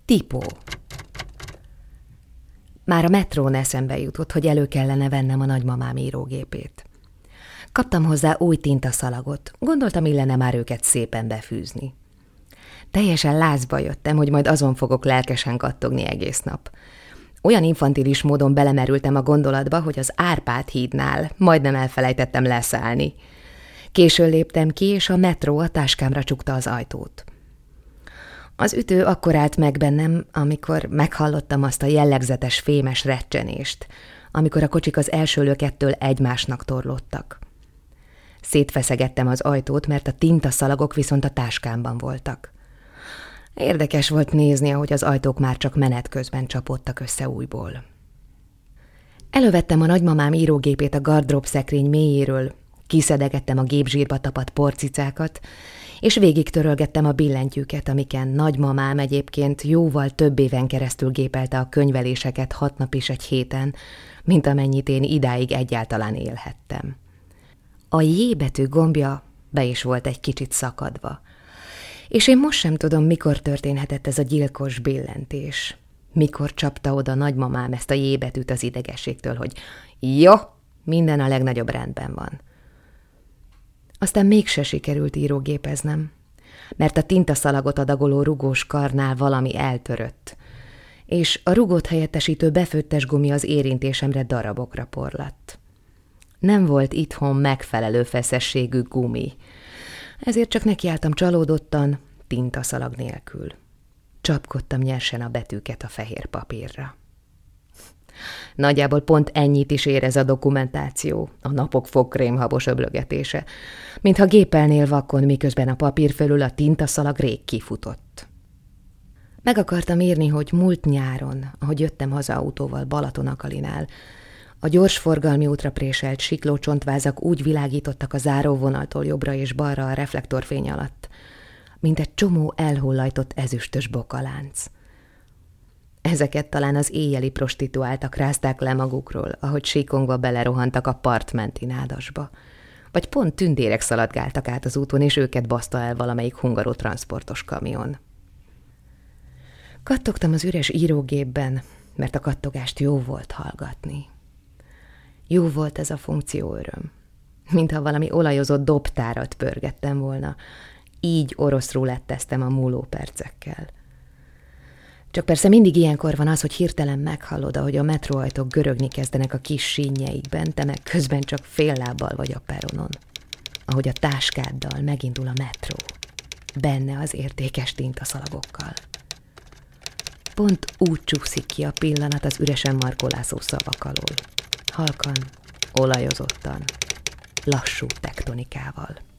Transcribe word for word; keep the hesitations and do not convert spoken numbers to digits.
Tipó. Már a metrón eszembe jutott, hogy elő kellene vennem a nagymamám írógépét. Kaptam hozzá új tintaszalagot, gondoltam, illene már őket szépen befűzni. Teljesen lázba jöttem, hogy majd azon fogok lelkesen kattogni egész nap. Olyan infantilis módon belemerültem a gondolatba, hogy az Árpád hídnál majdnem elfelejtettem leszállni. Későn léptem ki, és a metró a táskámra csukta az ajtót. Az ütő akkor állt meg bennem, amikor meghallottam azt a jellegzetes fémes recsenést, amikor a kocsik az első lökettől egymásnak torlódtak. Szétfeszegettem az ajtót, mert a tintaszalagok viszont a táskámban voltak. Érdekes volt nézni, ahogy az ajtók már csak menet közben csapódtak össze újból. Elővettem a nagymamám írógépét a gardrób szekrény mélyéről, kiszedegettem a gépzsírba tapadt porcicákat, és végig törölgettem a billentyűket, amiken nagymamám egyébként jóval több éven keresztül gépelte a könyveléseket hat nap is egy héten, mint amennyit én idáig egyáltalán élhettem. A J betű gombja be is volt egy kicsit szakadva, és én most sem tudom, mikor történhetett ez a gyilkos billentés. Mikor csapta oda nagymamám ezt a J betűt az idegességtől, hogy jó, minden a legnagyobb rendben van. Aztán mégse sikerült írógépeznem, mert a tintaszalagot adagoló rugós karnál valami eltörött, és a rugót helyettesítő befőttes gumi az érintésemre darabokra porlatt. Nem volt itthon megfelelő feszességű gumi, ezért csak nekiálltam csalódottan, tintaszalag nélkül. Csapkodtam nyersen a betűket a fehér papírra. Nagyjából pont ennyit is ér ez a dokumentáció, a napok fogkrémhabos öblögetése, mintha gépelnél vakon, miközben a papír fölül a tintaszalag rég kifutott. Meg akartam írni, hogy múlt nyáron, ahogy jöttem haza autóval Balatonakalinál, a gyorsforgalmi útra préselt siklócsontvázak úgy világítottak a záróvonaltól jobbra és balra a reflektorfény alatt, mint egy csomó elhullajtott ezüstös bokalánc. Ezeket talán az éjjeli prostituáltak rázták le magukról, ahogy síkongva belerohantak a partmenti nádasba. Vagy pont tündérek szaladgáltak át az úton, és őket baszta el valamelyik hungarotranszportos kamion. Kattogtam az üres írógépben, mert a kattogást jó volt hallgatni. Jó volt ez a funkcióöröm, mintha valami olajozott dobtárat pörgettem volna. Így orosz ruletteztem a múló percekkel. Csak persze mindig ilyenkor van az, hogy hirtelen meghallod, ahogy a metróajtók görögni kezdenek a kis sínjeikben, te meg közben csak fél lábbal vagy a peronon. Ahogy a táskáddal megindul a metró, benne az értékes tintaszalagokkal. Pont úgy csúszik ki a pillanat az üresen markolászó szavak alól. Halkan, olajozottan, lassú tektonikával.